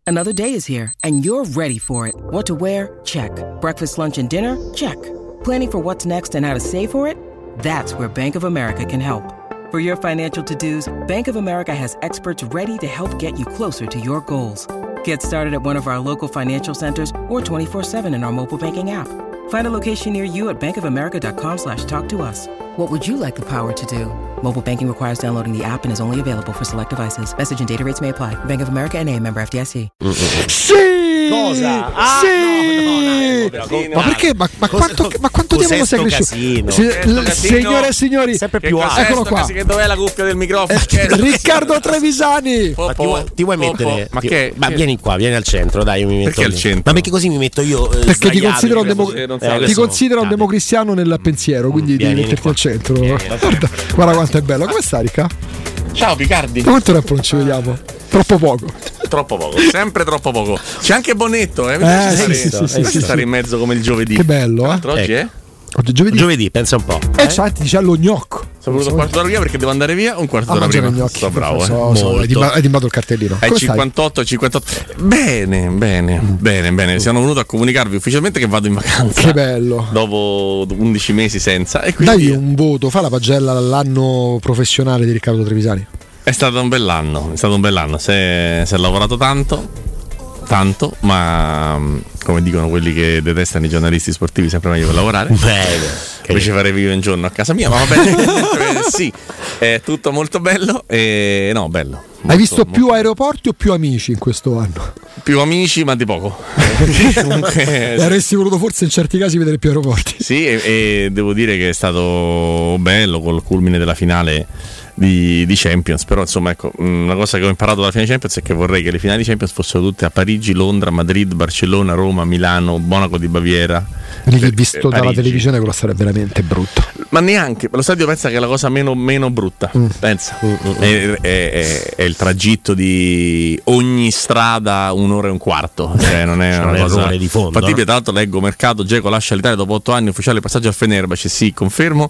Another day is here, and you're ready for it. What to wear? Check. Breakfast, lunch, and dinner? Check. Planning for what's next and how to save for it? That's where Bank of America can help. For your financial to-dos, Bank of America has experts ready to help get you closer to your goals. Get started at one of our local financial centers or 24/7 in our mobile banking app. Find a location near you at bankofamerica.com/talktous. What would you like the power to do? Mobile banking requires downloading the app and is only available for select devices. Message and data rates may apply. Bank of America N.A., member FDIC. Sì! Cosa? Sì! Ma perché? Ma quanto tempo sei cresciuto? Signore e signori, sempre più alto. Eccolo qua. Che dov'è la cuffia del microfono? Riccardo Trevisani. Ma ti vuoi mettere? Ma che? Ma vieni qua, vieni al centro, dai, io mi metto. Perché al centro? Ma perché così mi metto io? Perché ti considero un un democristiano nel pensiero, quindi devi metterti al centro. Guarda quanto è bello. Come stai, Ricca? Ciao Picardi. Da quanto tempo non ci vediamo? Troppo poco. Troppo poco, sempre troppo poco. C'è anche Bonetto, sì. Stare in mezzo come il giovedì. Che bello, eh? Oggi è? Oggi è giovedì. Giovedì, pensa un po'. C'è, ti dice allo gnocco. Sono venuto un quarto d'ora via perché devo andare via un quarto d'ora prima. Sto bravo, hai dimbato il cartellino. È 58. Bene. Siamo venuti a comunicarvi ufficialmente che vado in vacanza. Che bello. Dopo 11 mesi senza. E quindi dai un voto, fa la pagella all'anno professionale di Riccardo Trevisani. È stato un bell'anno. Si è lavorato tanto, ma come dicono quelli che detestano i giornalisti sportivi, sempre meglio per lavorare. Invece farei io un giorno a casa mia, ma va bene. Sì, è tutto molto bello. Bello. Hai visto più aeroporti o più amici in questo anno? Più amici, ma di poco. Avresti voluto forse in certi casi vedere più aeroporti. Sì, e devo dire che è stato bello col culmine della finale di Champions. Però insomma, ecco, una cosa che ho imparato dalla finale di Champions è che vorrei che le finali di Champions fossero tutte a Parigi, Londra, Madrid, Barcellona, Roma, Milano, Monaco di Baviera. Visto dalla televisione quello sarebbe veramente brutto. Ma neanche, lo stadio pensa che è la cosa meno brutta. Pensa. È il tragitto di ogni strada 1 ora e un quarto. Cioè non è una cosa di fondo. fattibile. Tra l'altro leggo Mercato, Dzeko lascia l'Italia dopo 8 anni, ufficiale passaggio al Fenerbahce. Sì, confermo.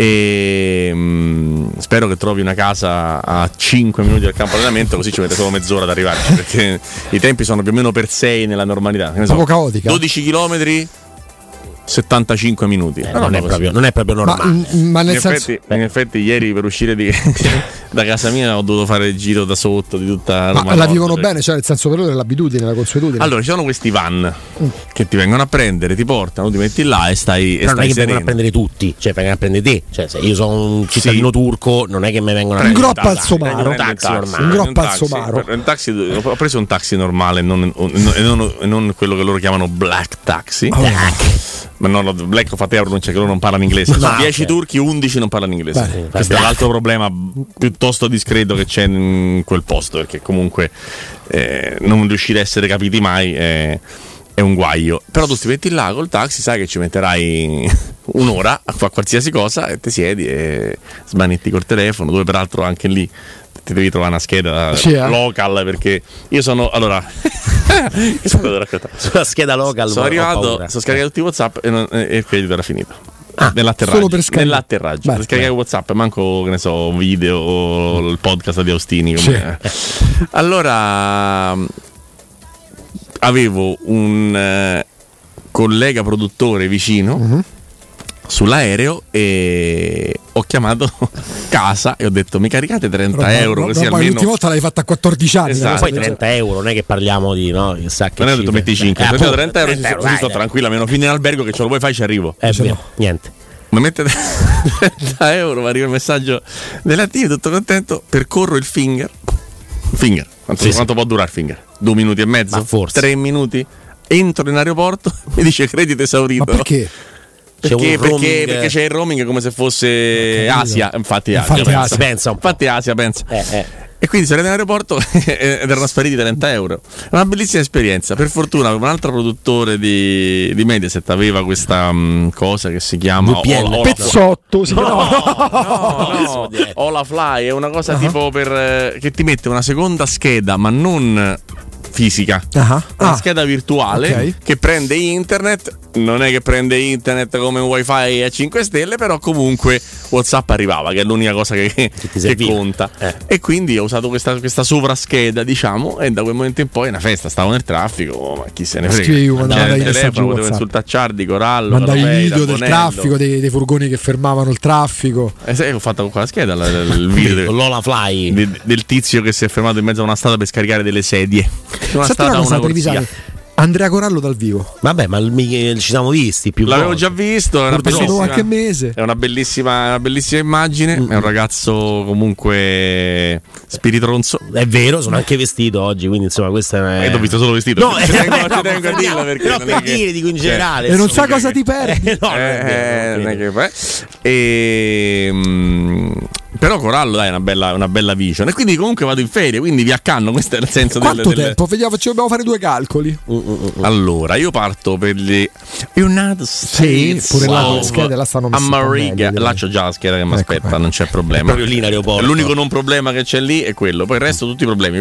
E spero che trovi una casa a 5 minuti dal campo allenamento, così ci mette solo mezz'ora ad arrivarci, perché i tempi sono più o meno per 6 nella normalità. Proprio caotica. 12 chilometri 75 minuti. Non è proprio normale. Ma nel in effetti ieri per uscire da casa mia ho dovuto fare il giro da sotto di tutta Roma. Ma la vivono bene, cioè nel senso per loro è l'abitudine, la consuetudine. Allora ci sono questi van che ti vengono a prendere, ti portano, ti metti là e stai non è che vengono a prendere tutti, cioè vengono a prendere te. Cioè se io sono un cittadino turco, non è che mi vengono a prendere. Un groppa al somaro. Un taxi normale. Un groppa al somaro. Ho preso un taxi normale, non quello che loro chiamano black taxi. Ma no, black fa te la pronuncia che loro non parlano inglese. 10 turchi, 11 non parlano inglese. Questo è l'altro problema piuttosto discreto che c'è in quel posto, perché comunque non riuscire a essere capiti mai è un guaio. Però tu ti metti là col taxi, sai che ci metterai un'ora a fare qualsiasi cosa e ti siedi e smanetti col telefono, dove peraltro anche lì ti devi trovare una scheda local, perché io sono sulla scheda local sono arrivato, sono scaricato tutti i WhatsApp e il credito era finito. Nell'atterraggio per scaricare WhatsApp, manco che ne so, video o il podcast di Austini Allora avevo un collega produttore vicino sull'aereo e ho chiamato casa e ho detto mi caricate 30 euro così almeno. L'ultima volta l'hai fatta a 14 anni. Esatto. Poi 30 euro non è che parliamo di chissà che non è detto metti 5 30 euro così sto tranquilla, meno fino in albergo che ce lo puoi fare, ci arrivo. Niente, mi mettete 30 euro, mi arriva il messaggio della team, tutto contento, percorro il finger. Quanto può durare il finger? 2 minuti e mezzo? Ma forse 3 minuti? Entro in aeroporto, mi dice credito esaurito. Ma perché? Perché c'è il roaming come se fosse Asia. Infatti Asia pensa. E quindi sono in aeroporto ed erano spariti 30 euro. È una bellissima esperienza. Per fortuna un altro produttore di Mediaset aveva questa cosa che si chiama Pezzotto. Olafly è una cosa tipo per che ti mette una seconda scheda, ma non fisica, una scheda virtuale che prende internet non è che prende internet come un wifi a 5 stelle, però comunque WhatsApp arrivava, che è l'unica cosa che conta. E quindi ho usato questa sovrascheda, diciamo, e da quel momento in poi è una festa, stavo nel traffico, ma chi se ne frega. Mandava il telefono, potevo insultare Ciardi, Corallo, mandai i video del traffico, dei furgoni che fermavano il traffico. Ho fatto con quella scheda il video Lola Fly del tizio che si è fermato in mezzo a una strada per scaricare delle sedie. Una televisiva. Andrea Corallo dal vivo. Vabbè, ma ci siamo visti più l'avevo già visto, è qualche mese. È una bellissima immagine. È un ragazzo comunque spiritronzo. È vero, sono anche vestito oggi, quindi insomma questa è. L'ho visto solo vestito. No, ci tengo a dirlo perché però per dire, dico in generale. E non sa cosa ti perdi. Però Corallo dai, è una bella vision. E quindi comunque vado in ferie, quindi vi accanno, questo è il senso. Quanto tempo? Vediamo, dobbiamo fare due calcoli. Allora, io parto per gli United States. Pure là le schede la stanno messe a Mariga. Là c'ho già la scheda che mi aspetta, non c'è problema. Proprio lì in aeroporto. L'unico non problema che c'è lì è quello. Poi il resto tutti i problemi.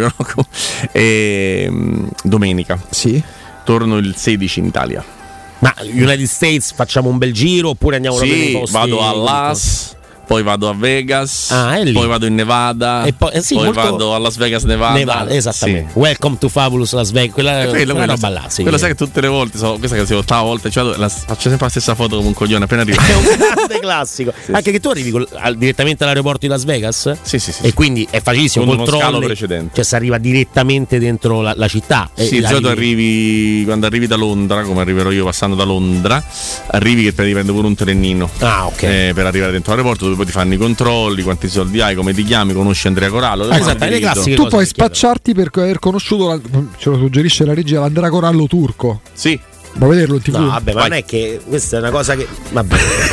Domenica. Sì. Torno il 16 in Italia. Ma United States facciamo un bel giro oppure andiamo a vedere i posti? Vado a Las. Poi vado a Vegas, poi vado in Nevada, e poi vado a Las Vegas, Nevada. Esattamente. Sì. Welcome to Fabulous Las Vegas. Quella roba là. Quella sai che tutte le volte, questa che è l'ottava volta, faccio sempre la stessa foto come un coglione appena arrivo. È un grande classico. Sì. Anche che tu arrivi direttamente all'aeroporto di Las Vegas? Sì. E quindi è facilissimo. Con uno scalo precedente. Cioè si arriva direttamente dentro la città. Sì, di solito quando arrivi da Londra, come arriverò io passando da Londra, arrivi che ti prende pure un trenino. Ok. Per arrivare dentro l'aeroporto, poi ti fanno i controlli, quanti soldi hai, come ti chiami, conosci Andrea Corallo. Esatto, le classiche. Tu puoi spacciarti per aver conosciuto, ce lo suggerisce la regia, l'Andrea Corallo turco. Sì. Vuoi vederlo in TV? No, vabbè, ma non è che questa è una cosa che. Vabbè.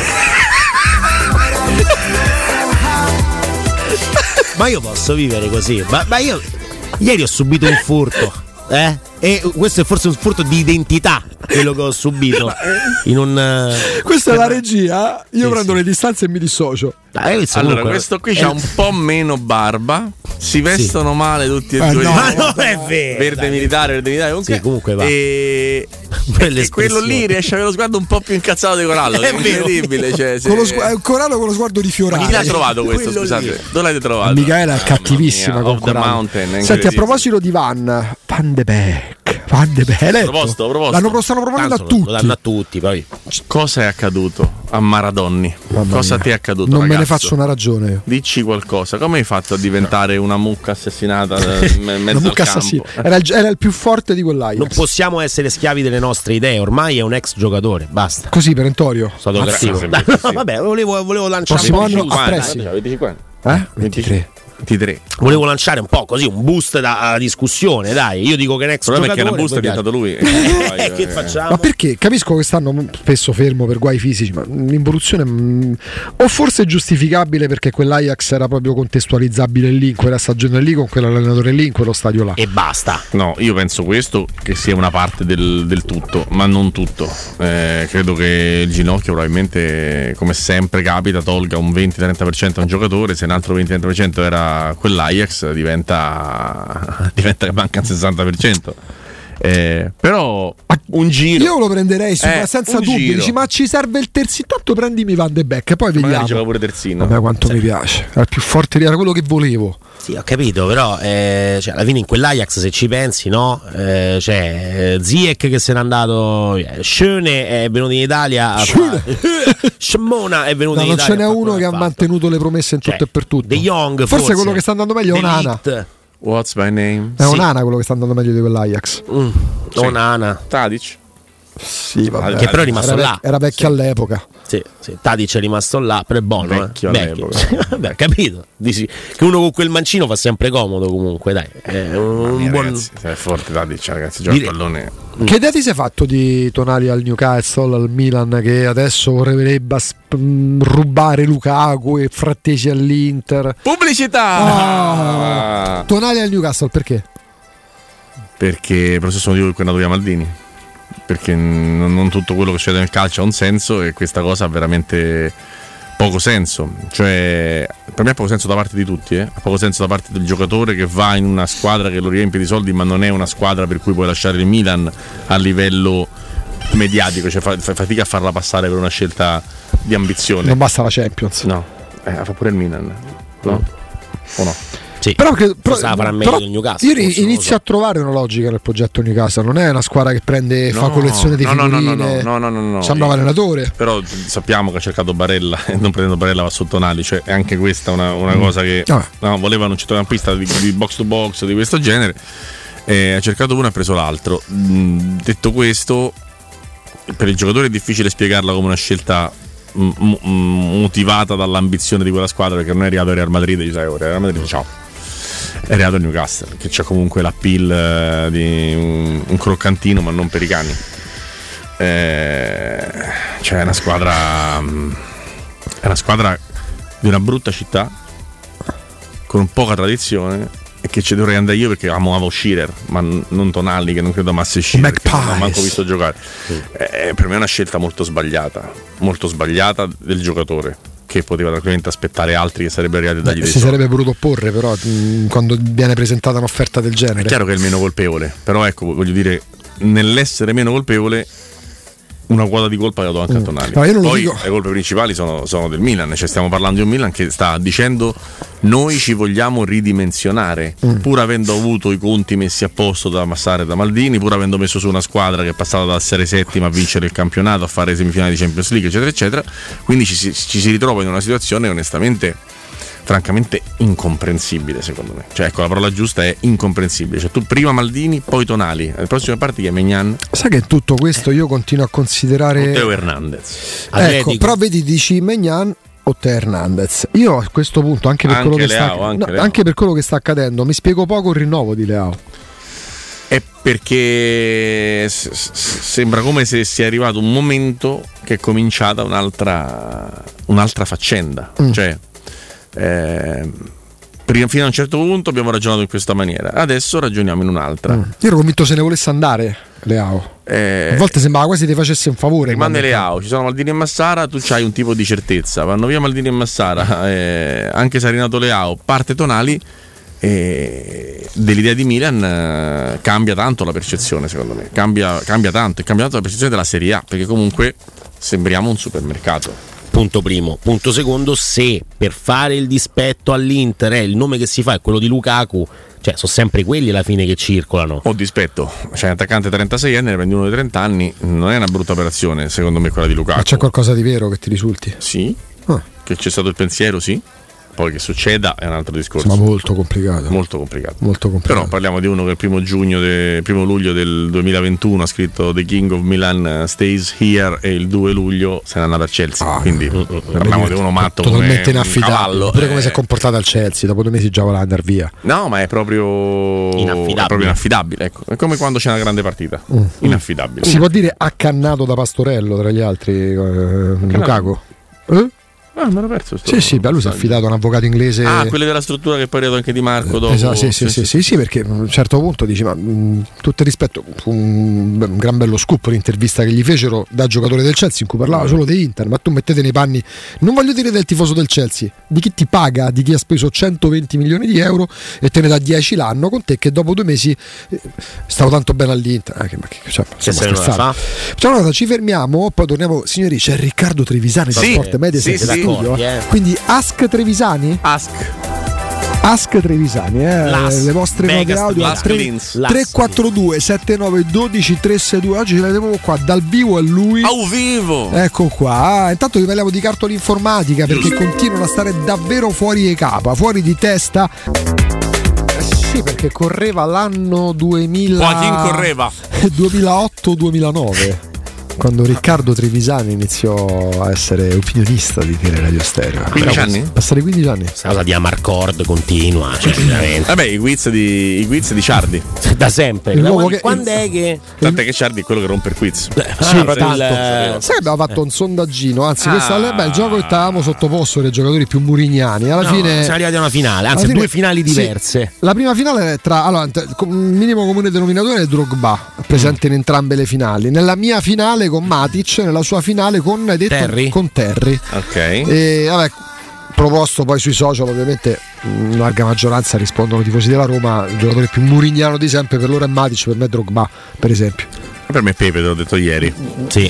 Ma io posso vivere così. Ma io ieri ho subito un furto. E questo è forse un furto di identità, quello che ho subito in un questa è la regia. Io prendo le distanze e mi dissocio. Allora questo qui c'ha un po' meno barba, si vestono male tutti e due. Ma non è vero. Verde militare comunque va. E quello lì riesce a avere lo sguardo un po' più incazzato di Corallo. È incredibile, Corallo con lo sguardo di Fiorano. Ma chi l'ha trovato questo? Scusate, dove l'avete trovato? Michela è cattivissima con Corallo. Senti, a proposito di Van de Beek. Proposto. Stanno provando a tutti. Lo danno a tutti. Poi. Cosa è accaduto a Maradoni? Cosa ti è accaduto? Non ragazzo? Me ne faccio una ragione. Dici qualcosa. Come hai fatto a diventare una mucca assassinata mezzo mucca assassina. Era il più forte di quell'Ajax. Non possiamo essere schiavi delle nostre idee. Ormai è un ex giocatore. Basta. Così perentorio. Stato cattivo. Vabbè, volevo lanciare. Prossimo anno a Pressi. 25 anni. 23. Volevo lanciare un po' così un boost da discussione, dai. Io dico che next giocatore, perché una boost è diventato lui. Che facciamo? Ma perché? Capisco che stanno spesso fermo per guai fisici, ma l'involuzione o forse è giustificabile perché quell'Ajax era proprio contestualizzabile lì, in quella stagione lì, con quell'allenatore lì, in quello stadio là. E basta. No, io penso questo che sia una parte del tutto, ma non tutto. Credo che il ginocchio probabilmente, come sempre capita, tolga un 20-30% a un giocatore, se un altro 20-30% era quell'Ajax diventa che manca il 60%. Però un giro io lo prenderei senza dubbi. Dici, ma ci serve il terzino, tanto prendimi Van de Beek e poi vediamo. Gioca pure terzino. Vabbè, quanto mi piace, era il più forte, era quello che volevo. Sì, ho capito, però cioè, alla fine in quell'Ajax, se ci pensi, no? C'è Ziyech che se n'è andato, Schöne è venuto in Italia, Scemona è venuto in Italia. Non ce n'è uno che ha mantenuto le promesse in tutto e per tutto. De Jong, forse quello che sta andando meglio è Onana. What's my name? È Onana quello che sta andando meglio di quell'Ajax. Onana. Tadic. Sì, vabbè. Che però è rimasto là. Era vecchio all'epoca. Sì, Tadic è rimasto là, però è buono. Vecchio all'epoca. Vabbè, capito. Dici che uno con quel mancino fa sempre comodo comunque, dai. È un buon. Ragazzi, è forte Tadic, ragazzi, gioca il pallone. Che idea ti sei fatto di Tonali al Newcastle, al Milan, che adesso vorrebbe rubare Lukaku e Frattesi all'Inter? Pubblicità! Tonali al Newcastle perché? Perché per lo stesso motivo che è andato via Maldini. Perché non tutto quello che succede nel calcio ha un senso e questa cosa ha veramente poco senso. Cioè, per me ha poco senso da parte di tutti, ha poco senso da parte del giocatore che va in una squadra che lo riempie di soldi, ma non è una squadra per cui puoi lasciare il Milan a livello mediatico, cioè fa fatica a farla passare per una scelta di ambizione. Non basta la Champions. No, fa pure il Milan, no? O no? Sì. Però farà meglio del Newcastle. Io inizio a trovare una logica nel progetto Newcastle. Non è una squadra che fa collezione di figurine. No. Sembra un allenatore. Però sappiamo che ha cercato Barella e non prendendo Barella va sotto Nali. Cioè è anche questa una cosa che volevano un centrocampista di box to box di questo genere. Ha cercato uno e ha preso l'altro. Detto questo, per il giocatore è difficile spiegarla come una scelta motivata dall'ambizione di quella squadra, perché non è arrivato al Real Madrid e Real Madrid ciao, è arrivato al Newcastle, che c'ha comunque l'appeal di un croccantino, ma non per i cani. Cioè è una squadra di una brutta città con poca tradizione, e che ci dovrei andare io perché amavo Shearer, ma non Tonali, che non credo amasse Shearer, che non ho manco visto giocare. Per me è una scelta molto sbagliata del giocatore, che poteva tranquillamente aspettare altri che sarebbero arrivati a dargli dei soldi. Sarebbe voluto opporre, però quando viene presentata un'offerta del genere. È chiaro che è il meno colpevole, però ecco, voglio dire, nell'essere meno colpevole una quota di colpa ha dato anche a Tonali. Poi le colpe principali sono del Milan, cioè stiamo parlando di un Milan che sta dicendo noi ci vogliamo ridimensionare, pur avendo avuto i conti messi a posto da Massara e da Maldini, pur avendo messo su una squadra che è passata da essere settima a vincere il campionato, a fare semifinali di Champions League, eccetera eccetera. Quindi ci si ritrova in una situazione onestamente francamente incomprensibile, secondo me. Cioè ecco, la parola giusta è incomprensibile. Cioè tu prima Maldini, poi Tonali, alle prossime parti che è Maignan. Sai che tutto questo io continuo a considerare Teo Hernandez. Ecco, però vedi, dici Maignan o Teo Hernandez. Io a questo punto, anche per quello che sta accadendo, mi spiego poco il rinnovo di Leao. È perché sembra come se sia arrivato un momento che è cominciata un'altra faccenda. Cioè fino a un certo punto abbiamo ragionato in questa maniera, adesso ragioniamo in un'altra. Io ero convinto se ne volesse andare Leao. A volte sembrava quasi ti facesse un favore. Rimane Leao, ci sono Maldini e Massara, tu c'hai un tipo di certezza, vanno via Maldini e Massara, anche se è rinato Leao, parte Tonali, dell'idea di Milan cambia tanto la percezione, secondo me cambia tanto la percezione della Serie A, perché comunque sembriamo un supermercato. Punto primo. Punto secondo, se per fare il dispetto all'Inter il nome che si fa è quello di Lukaku, cioè sono sempre quelli alla fine che circolano. O dispetto, c'è un attaccante 36 anni, ne prendi uno di 30 anni, non è una brutta operazione secondo me quella di Lukaku. Ma c'è qualcosa di vero che ti risulti? Sì, che c'è stato il pensiero, sì. Poi che succeda è un altro discorso. Ma molto complicato. Però parliamo di uno che il primo luglio del 2021 ha scritto The King of Milan stays here, e il 2 luglio se n'è andato a Chelsea. Quindi parliamo di uno matto totalmente inaffidabile. Pure come si è comportato al Chelsea, dopo 2 mesi già voleva andare via. No, ma è proprio inaffidabile. Ecco. È come quando c'è una grande partita. Inaffidabile. Si può dire accannato da Pastorello tra gli altri, Lukaku? Me l'ho perso. Sì, lui si è affidato a un avvocato inglese. Quelli della struttura che poi è arrivato anche Di Marco dopo. Esatto, sì, perché a un certo punto dici, ma tutto il rispetto, fu un gran bello scoop l'intervista che gli fecero da giocatore del Chelsea, in cui parlava solo di Inter, ma tu mettete nei panni, non voglio dire del tifoso del Chelsea, di chi ti paga, di chi ha speso 120 milioni di euro e te ne dà 10 l'anno, con te che dopo 2 mesi stavo tanto bene all'Inter. Ci fermiamo, poi torniamo. Signori, c'è Riccardo Trevisani da Sport Media. Quindi Ask Trevisani? Ask Trevisani, le vostre note audio 342 79 12 362. Oggi ce l'abbiamo qua dal vivo a lui. Vivo! Ecco qua. Intanto vi parliamo di cartola informatica, perché continuano a stare davvero fuori di capa, fuori di testa. Sì, perché correva l'anno 2008-2009. Quando Riccardo Trevisani iniziò a essere opinionista di Radio Stereo. 15 anni? Passare 15 anni. Questa cosa di Amarcord continua, veramente. Vabbè, i quiz di Ciardi. Da sempre. Quando è che? Tant'è che Ciardi è quello che rompe il quiz. Sai che abbiamo fatto un sondaggino, anzi questo il gioco che stavamo sottoposto ai giocatori più murignani. Alla fine siamo arrivati a una finale, anzi 2 finali diverse. La prima finale è il minimo comune denominatore è Drogba, presente in entrambe le finali. Nella mia finale con Matic, nella sua finale con Terry. Ok. E proposto poi sui social, ovviamente in larga maggioranza rispondono i tifosi della Roma. Il giocatore più murignano di sempre per loro è Matic, per me è Drogba, per esempio. Per me Pepe, te l'ho detto ieri. Sì.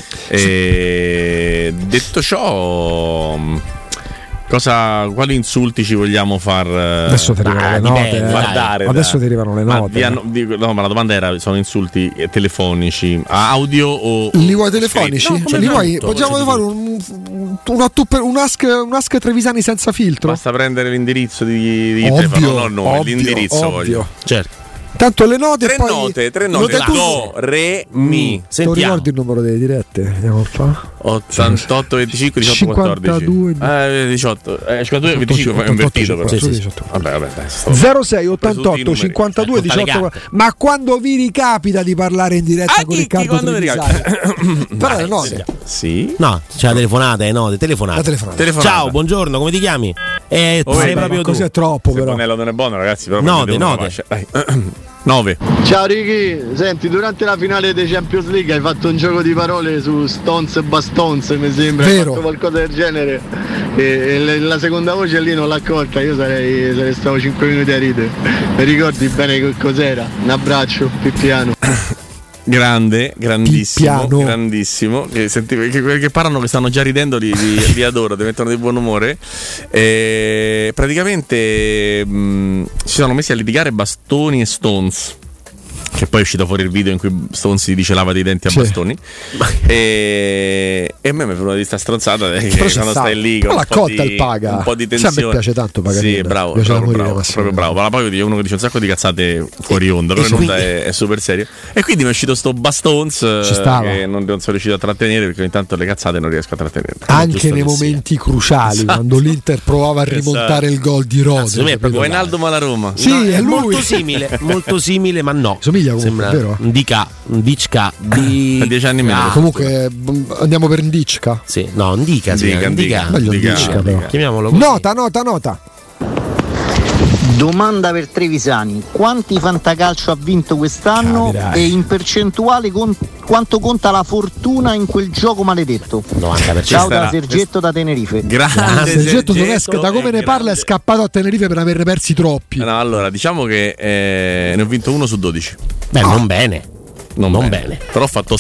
Detto ciò, quali insulti ci vogliamo far? Adesso ti arrivano le note. Guardare, adesso ti arrivano le note. Ma la domanda era: sono insulti telefonici, audio o. Li vuoi telefonici? No, li vuoi? Possiamo fare un ask Trevisani senza filtro? Basta prendere l'indirizzo di telefono, no, l'indirizzo voglio. Certo. Tanto le note. Tre note. Do, re, mi. Tu ricordi il numero delle dirette? Vediamo qua. 88 25 18 14 18 52 25 è invertito però. Vabbè, dai, 06 88 52 18. Ma quando vi ricapita di parlare in diretta con Riccardo Trevisani? Però le note. Sì. No, c'è la telefonata, note, telefonata. Ciao, buongiorno, come ti chiami? Sei proprio tu. Così è troppo però. Bonello non è buono, ragazzi, però note. 9. Ciao Ricky, senti, durante la finale dei Champions League hai fatto un gioco di parole su Stones e Bastonz, mi sembra. Vero. Hai fatto qualcosa del genere e la seconda voce lì non l'ha colta, io sarei stato 5 minuti a ridere. Mi ricordi bene cos'era? Un abbraccio, Pippiano. Grandissimo. Che parlano, che stanno già ridendo, li adoro, ti mettono di buon umore. Praticamente si sono messi a litigare Bastoni e Stones. Che poi è uscito fuori il video in cui Stones si dice lavati i denti a bastoni. E a me mi è venuta di sta stronzata che quando stai lì con la cotta il paga. un po' di tensione. A me piace tanto Paganini. Sì, bravo, proprio bravo. Ma poi uno che dice un sacco di cazzate fuori onda, però in onda è super serio. E quindi mi è uscito sto Bastonz che non sono riuscito a trattenere, perché ogni tanto le cazzate non riesco a trattenere. Anche nei momenti cruciali, quando l'Inter provava a rimontare il gol di Rode. Wijnaldum alla Roma. Sì, è lui. Molto simile, ma no. Sembra vero? Ndicka a 10 anni meno. Comunque andiamo per Ndicka. Sì, no, Ndicka. Chiamiamolo così. Nota. Domanda per Trevisani: quanti fantacalcio ha vinto quest'anno e in percentuale quanto conta la fortuna in quel gioco maledetto? 90%. Ciao da Sergetto da Tenerife. Grande Sergetto, da come ne parla è scappato a Tenerife per averne persi troppi. No, allora diciamo che ne ho vinto 1 su 12. Beh, non bene. Non bene. Però ho fatto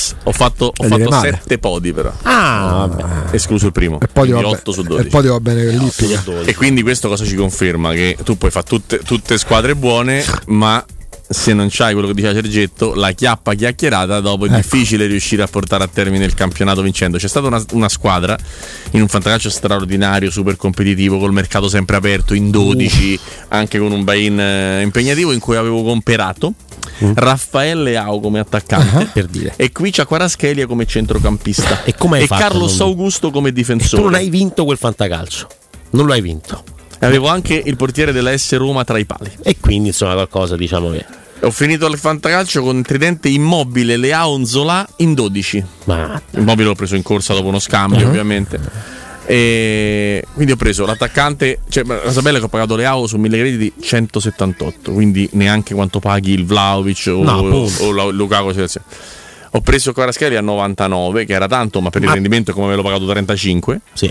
7 podi però. Vabbè. Escluso il primo. E poi 8 su 12. E poi va bene l'Ippica. E quindi questo cosa ci conferma? Che tu puoi fare tutte squadre buone, ma se non c'hai quello che diceva Sergetto, la chiappa chiacchierata, dopo è difficile riuscire a portare a termine il campionato vincendo. C'è stata una squadra in un fantacalcio straordinario, super competitivo, col mercato sempre aperto, in 12, anche con un buy-in impegnativo, in cui avevo comperato Raffaele Leao come attaccante, per dire. E qui c'è Kvaratskhelia come centrocampista e Carlos Augusto come difensore. E tu non hai vinto quel fantacalcio, non lo hai vinto. Avevo anche il portiere della S Roma tra i pali. E quindi insomma qualcosa, diciamo che ho finito il fantacalcio con tridente Immobile, Leao, Nzola in 12. Immobile l'ho preso in corsa dopo uno scambio, ovviamente. E quindi ho preso l'attaccante, cioè la cosa bella è che ho pagato Leao su 1000 crediti 178, quindi neanche quanto paghi il Vlahovic o Lukaku. Ho preso Kvaratskhelia a 99, che era tanto, ma per il rendimento come avevo pagato 35. Sì.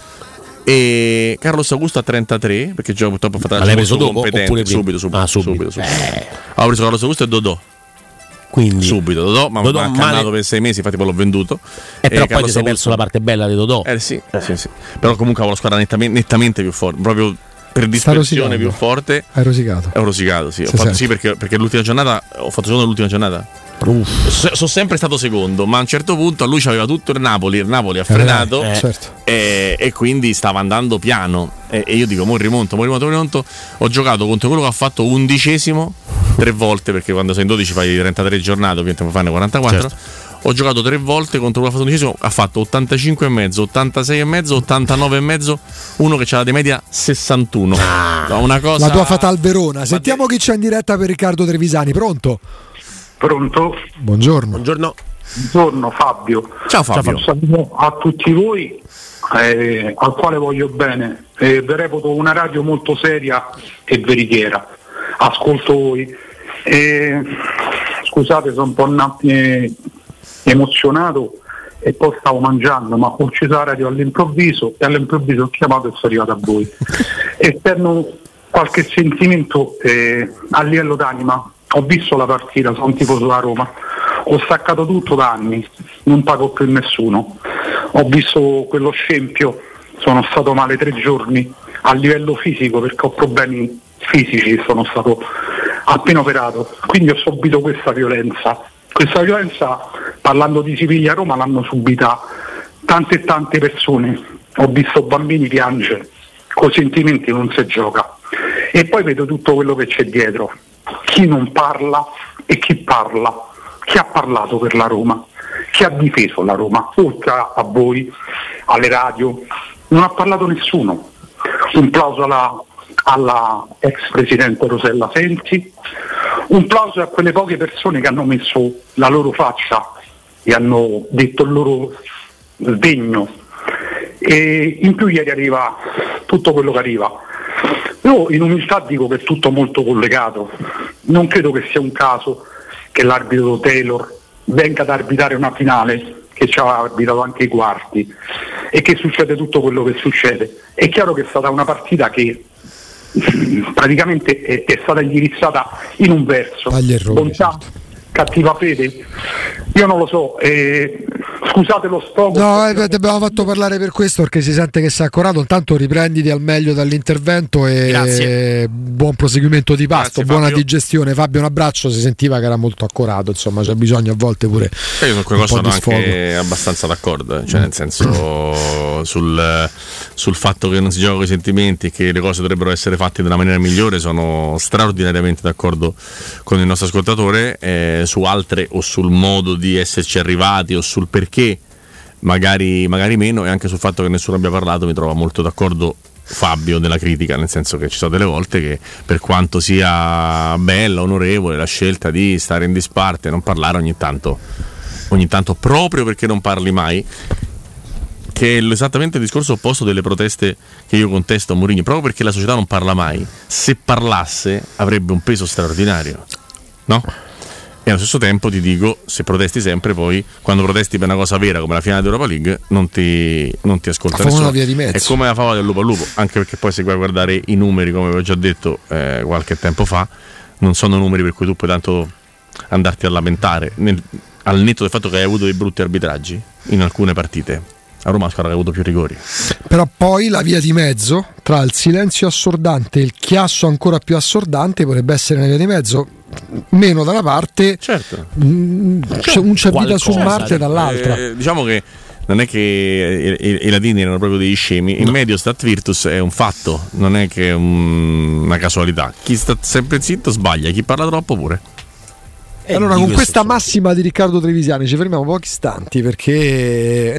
E Carlos Augusto a 33, perché già purtroppo ho fatto l'hai preso dopo oppure subito. Ho preso Carlos Augusto e Dodò. Quindi subito Dodò, ma mi ha cannato per 6 mesi, infatti poi l'ho venduto. Però poi ti sei perso la parte bella di Dodò. Sì. Però comunque avevo la squadra nettamente più forte, proprio per dispersione più forte. Hai rosicato? Ho rosicato, sì. Perché l'ultima giornata ho fatto secondo l'ultima giornata. Sono sempre stato secondo, ma a un certo punto a lui c'aveva tutto il Napoli ha frenato, certo. E quindi stava andando piano, e io dico mo rimonto. Ho giocato contro quello che ha fatto 11° 3 volte, perché quando sei in 12 fai 33 giornate, ovviamente puoi farne 44. Certo. Ho giocato 3 volte contro quello che ha fatto 11°, ha fatto 85,5, 86,5, 89,5, uno che c'ha di media 61. Una cosa... La tua Fatal Verona. Sentiamo chi c'è in diretta per Riccardo Trevisani. Pronto? Buongiorno Fabio. Ciao Fabio. Saluto a tutti voi, al quale voglio bene. Vi reputo una radio molto seria e veritiera. Ascolto voi. Scusate, sono un po' emozionato e poi stavo mangiando, ma ho ucciso la radio all'improvviso ho chiamato e sono arrivato a voi. Esterno qualche sentimento a livello d'anima. Ho visto la partita, sono un tifoso da Roma. ho staccato tutto da anni, non pago più nessuno, ho visto quello scempio, sono stato male 3 giorni a livello fisico perché ho problemi fisici, sono stato appena operato, quindi ho subito questa violenza, parlando di Siviglia-Roma l'hanno subita tante e tante persone, ho visto bambini piangere, con sentimenti non si gioca, e poi vedo tutto quello che c'è dietro, chi non parla e chi parla, chi ha parlato per la Roma, chi ha difeso la Roma, oltre a voi, alle radio, non ha parlato nessuno. Un plauso alla ex presidente Rosella Sensi, un plauso a quelle poche persone che hanno messo la loro faccia e hanno detto il loro sdegno, e in più ieri arriva tutto quello che arriva. Io in umiltà dico che è tutto molto collegato, non credo che sia un caso che l'arbitro Taylor venga ad arbitrare una finale che ci ha arbitrato anche i quarti e che succede tutto quello che succede. È chiaro che è stata una partita che praticamente è stata indirizzata in un verso, agli errori, bontà, cattiva fede, io non lo so, scusate lo sfogo. No, ti abbiamo fatto parlare per questo, perché si sente che sei accorato. Intanto riprenditi al meglio dall'intervento e grazie. Buon proseguimento di pasto, Grazie, buona Fabio. digestione. Fabio, un abbraccio, si sentiva che era molto accorato, insomma c'è bisogno a volte pure Io su quelle un cose po' sono di sfogo. anche abbastanza d'accordo, cioè nel senso sul fatto che non si gioca con i sentimenti, che le cose dovrebbero essere fatte nella maniera migliore, sono straordinariamente d'accordo con il nostro ascoltatore. Su altre o sul modo di esserci arrivati o sul perché magari meno, e anche sul fatto che nessuno abbia parlato mi trova molto d'accordo Fabio nella critica, nel senso che ci sono delle volte che, per quanto sia bella, onorevole la scelta di stare in disparte e non parlare ogni tanto proprio perché non parli mai, che è esattamente il discorso opposto delle proteste che io contesto a Mourinho, proprio perché la società non parla mai, se parlasse avrebbe un peso straordinario, no? E allo stesso tempo ti dico, se protesti sempre, poi quando protesti per una cosa vera come la finale d'Europa League non ti ascolta Fa una nessuno. via di mezzo. È come la fava del lupo al lupo, anche perché poi se vai a guardare i numeri, come avevo già detto qualche tempo fa, non sono numeri per cui tu puoi tanto andarti a lamentare, al netto del fatto che hai avuto dei brutti arbitraggi in alcune partite. A Roma ha avuto più rigori. Però poi la via di mezzo tra il silenzio assordante e il chiasso ancora più assordante potrebbe essere una via di mezzo, meno da una parte, certo. C'è vita su Marte dall'altra. Diciamo che non è che i latini erano proprio dei scemi, in medio stat virtus è un fatto, non è che una casualità. Chi sta sempre zitto sbaglia, chi parla troppo pure. Allora, con questa massima di Riccardo Trevisiani ci fermiamo pochi istanti, perché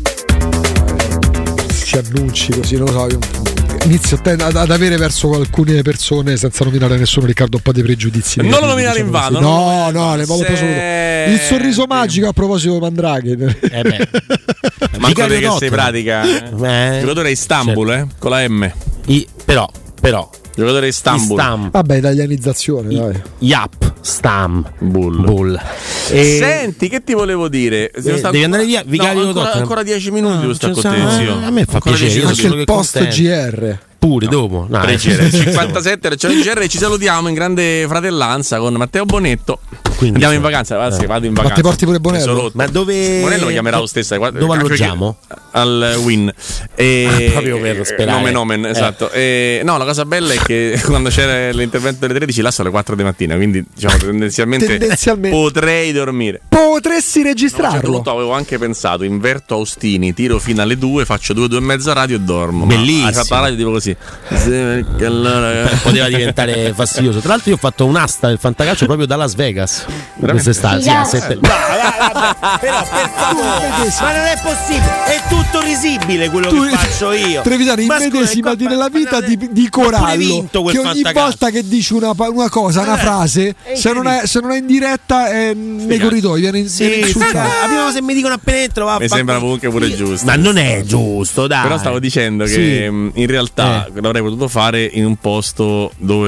ci annunci così, non lo so, io inizio ad avere verso alcune persone, senza nominare nessuno, Riccardo, un po' dei pregiudizi. Non lo nominare in vano. No, nel modo più assoluto. Il sorriso magico a proposito di Mandraghe. Manco te che sei pratica. Giocatore a Istanbul, con la M. Però Giocatore Istanbul. Vabbè, italianizzazione, dai. Yap, Bull. Senti, che ti volevo dire? Devi andare via, vicario ancora 10 minuti questa contenzione. A me fa piacere. Anche il post GR. Pure dopo. No, 57 c'è il GR, ci salutiamo in grande fratellanza con Matteo Bonetto. Quindi, andiamo in vacanza, vado in vacanza. Ma ti porti pure Bonello? Ma dove? Bonello mi chiamerà lo stesso. Dove alloggiamo? Al Win. Proprio per sperare. Nomen, esatto. No, la cosa bella è che quando c'era l'intervento delle 13, là sono le 4 di mattina, quindi diciamo tendenzialmente potrei dormire. Potresti registrarlo. Avevo anche pensato, inverto Austini, tiro fino alle 2, faccio 2:30 radio e dormo. Bellissimo. Hai fatto la radio tipo così. Allora... Poteva diventare fastidioso. Tra l'altro io ho fatto un'asta del fantacalcio proprio da Las Vegas quest'estate. Però per favore, ma non è possibile, è tutto risibile quello che faccio io. Trevisani, immedesimati nella vita di Corallo, che ogni volta che dici una cosa, una frase, se non è in diretta è nei corridoi, viene insultato. La prima cosa che mi dicono appena entro, mi sembra comunque pure giusto. Ma non è giusto, dai. Però stavo dicendo che in realtà l'avrei potuto fare in un posto dove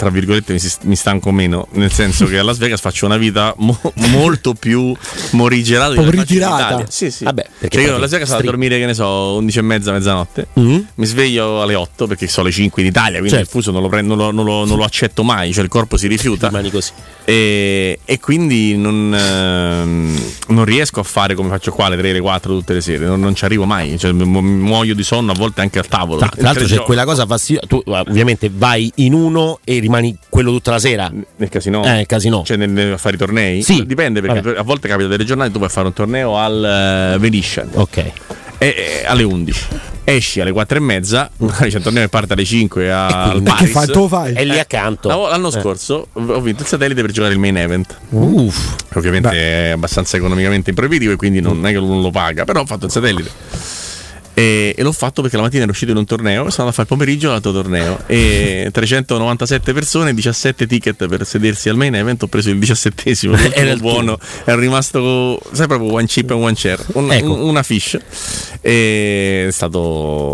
tra virgolette mi stanco meno, nel senso che a Las Vegas faccio una vita molto più morigerata, un po' ritirata. Sì. Vabbè, cioè io a Las Vegas vado a dormire, che ne so, 11:30, mezzanotte, mi sveglio alle 8 perché sono le 5 in Italia, quindi il fuso non lo accetto mai, cioè il corpo si rifiuta. Rimani così. E quindi non riesco a fare come faccio qua alle 3, alle 4 tutte le sere, non ci arrivo mai, cioè, muoio di sonno a volte anche al tavolo. Tra l'altro c'è quella cosa fastidiosa, tu ovviamente vai in uno e rimani quello tutta la sera nel casino, cioè a fare i tornei. Sì, dipende, perché a volte capita delle giornate tu vai a fare un torneo al Venetian, ok, e alle 11 esci alle 4:30, magari c'è un torneo che parte alle 5 al Paris, che fai? Tu fai? è lì accanto. L'anno scorso ho vinto il satellite per giocare il main event. Ovviamente è abbastanza economicamente improibitivo e quindi non è che uno lo paga, però ho fatto il satellite. E l'ho fatto perché la mattina ero uscito in un torneo e sono andato a fare il pomeriggio all'altro torneo, e 397 persone, 17 ticket per sedersi al main event, ho preso il 17esimo, era buono, ero rimasto, sai, proprio one chip and one chair, una fish, e è stata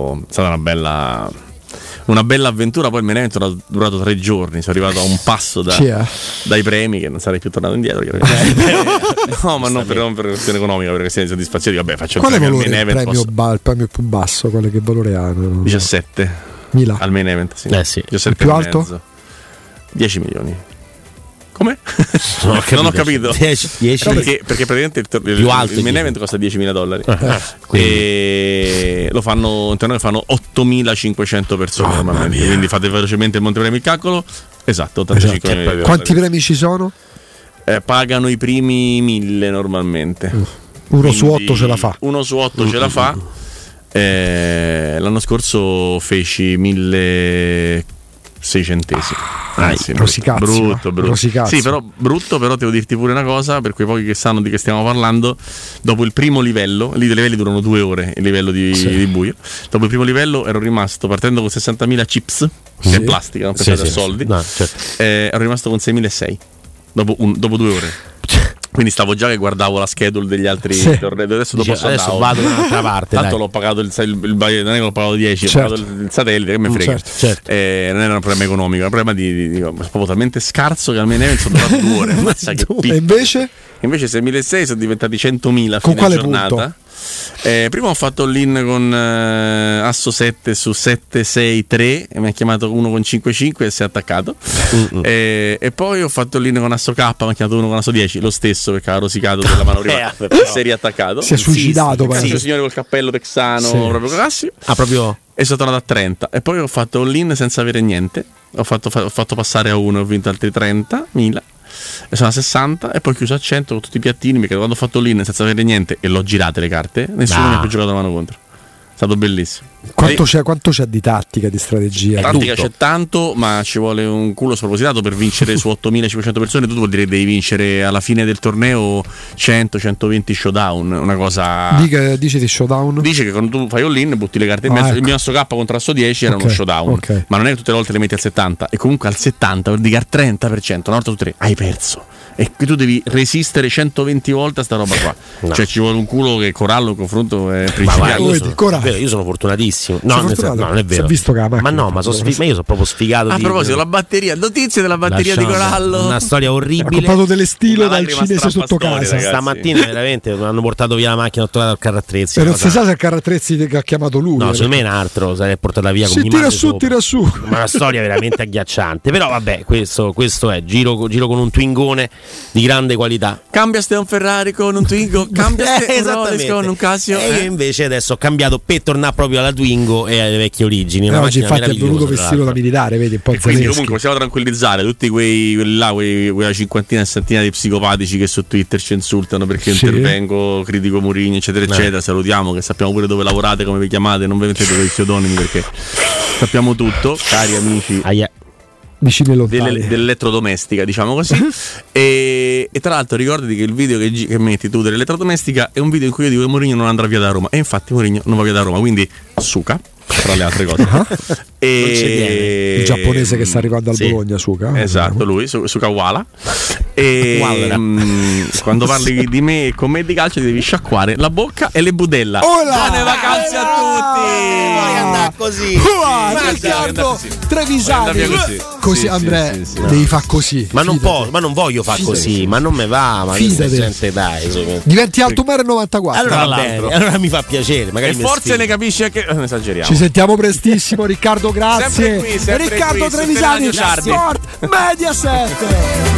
una bella avventura. Poi il main event è durato 3 giorni, sono arrivato a un passo dai premi che non sarei più tornato indietro. No, ma non per questione economica, per questione di soddisfazione. Vabbè, faccio quale valore il main event. Il premio più basso, quale che valore ha? 17.000 al main event, sì. 17 il più alto? 10 milioni. Come? Non ho capito. 10. Perché praticamente il main event costa $10.000 e lo fanno in torneo, fanno 8.500 persone normalmente, quindi fate velocemente il montepremi il calcolo. Esatto, 85 milioni. Quanti premi ci sono? Pagano i primi 1.000 normalmente. 1 su 8 ce la fa. 1 su 8 ce la fa. L'anno scorso feci 1.600. Rosicazzi, brutto. Sì, però brutto, però devo dirti pure una cosa, per quei pochi che sanno di che stiamo parlando. Dopo il primo livello, lì i livelli durano 2 ore, il livello di buio. Dopo il primo livello ero rimasto, partendo con 60.000 chips, che è plastica, non pensate a soldi. No, certo. Ero rimasto con 6.600 dopo 2 ore. Quindi stavo già che guardavo la schedule degli altri tornei. Adesso vado da un'altra parte. Tanto l'ho pagato non è che l'ho pagato 10, ho pagato il satellite, che mi frega. Certo. Non era un problema economico, era un problema di proprio talmente scarso che almeno sono durato 2 ore. Mazza, che e invece 6.600 sono diventati 100.000 a con fine quale giornata. Punto? Prima ho fatto l'in con Asso 7 su 7-6-3 e mi ha chiamato uno con 5-5 e si è attaccato. E poi ho fatto l'in con Asso K, mi ha chiamato uno con Asso 10, lo stesso perché aveva rosicato per la mano prima, si è riattaccato, si è suicidato. Sì, il signore col cappello texano, proprio classico. Proprio. E sono tornato a 30 e poi ho fatto l'in senza avere niente, ho fatto passare a 1, ho vinto altri 30.000 e sono a 60 e poi chiuso a 100 con tutti i piattini, perché quando ho fatto l'in senza avere niente e l'ho girate le carte, nessuno mi ha più giocato la mano contro. È stato bellissimo. Quanto c'è di tattica, di strategia? Tattica c'è tanto, ma ci vuole un culo spropositato per vincere su 8.500 persone. Tu vuol dire che devi vincere alla fine del torneo 100-120 showdown. Una cosa. Dice di showdown? Dice che quando tu fai all-in butti le carte in mezzo. Ecco. Il mio Asso K contro Asso 10 era uno showdown. Ma non è che tutte le volte le metti al 70. E comunque al 70 vuol dire al 30%, una volta su 3 hai perso. E qui tu devi resistere 120 volte a sta roba qua. No. Cioè ci vuole un culo che Corallo in confronto è principale. Io sono fortunatissimo. No, non è vero. Visto che ma no, ma io sono proprio sfigato. A proposito, la batteria, notizie della batteria di Corallo. Una storia orribile. Ha comprato delle stilo dal cinese sotto casa. Ragazzi. Stamattina veramente mi hanno portato via la macchina, ho trovato il carro attrezzi. E non si sa se il carro attrezzi che ha chiamato lui. No, secondo me è un altro, sarei portata via con tira su. Ma una storia veramente agghiacciante. Però vabbè, questo è giro con un Twingone di grande qualità. Cambia un Ferrari con un Twingo, cambia con un Casio. E io invece adesso ho cambiato per tornare proprio alla Twingo e alle vecchie origini. Oggi infatti è venuto vestito da militare, vedi, un po' quindi comunque possiamo tranquillizzare tutti quella cinquantina e settantina di psicopatici che su Twitter ci insultano perché intervengo, critico Mourinho, eccetera eccetera. Salutiamo, che sappiamo pure dove lavorate, come vi chiamate, non vi mettete con i pseudonimi perché sappiamo tutto, cari amici. Vicini lontani dell'elettrodomestica, diciamo così. E tra l'altro ricordati che il video che metti tu dell'elettrodomestica è un video in cui io dico che Mourinho non andrà via da Roma, e infatti Mourinho non va via da Roma, quindi Suka tra le altre cose. E il giapponese che sta arrivando al Bologna, Suka. Esatto, lui Sukawala. E quando parli di me e con me di calcio ti devi sciacquare la bocca e le budella. Buone vacanze a tutti. Puoi andare così. Riccardo Trevisani. Così Andrea devi far così. Ma non voglio far così, ma non me va, ma gente dai. Diventi alto 1,94 m. Allora va bene, allora mi fa piacere, magari e forse ne capisci anche esageriamo. Ci sentiamo prestissimo Riccardo, grazie. Sempre qui, Riccardo qui, Trevisani, Sport Mediaset.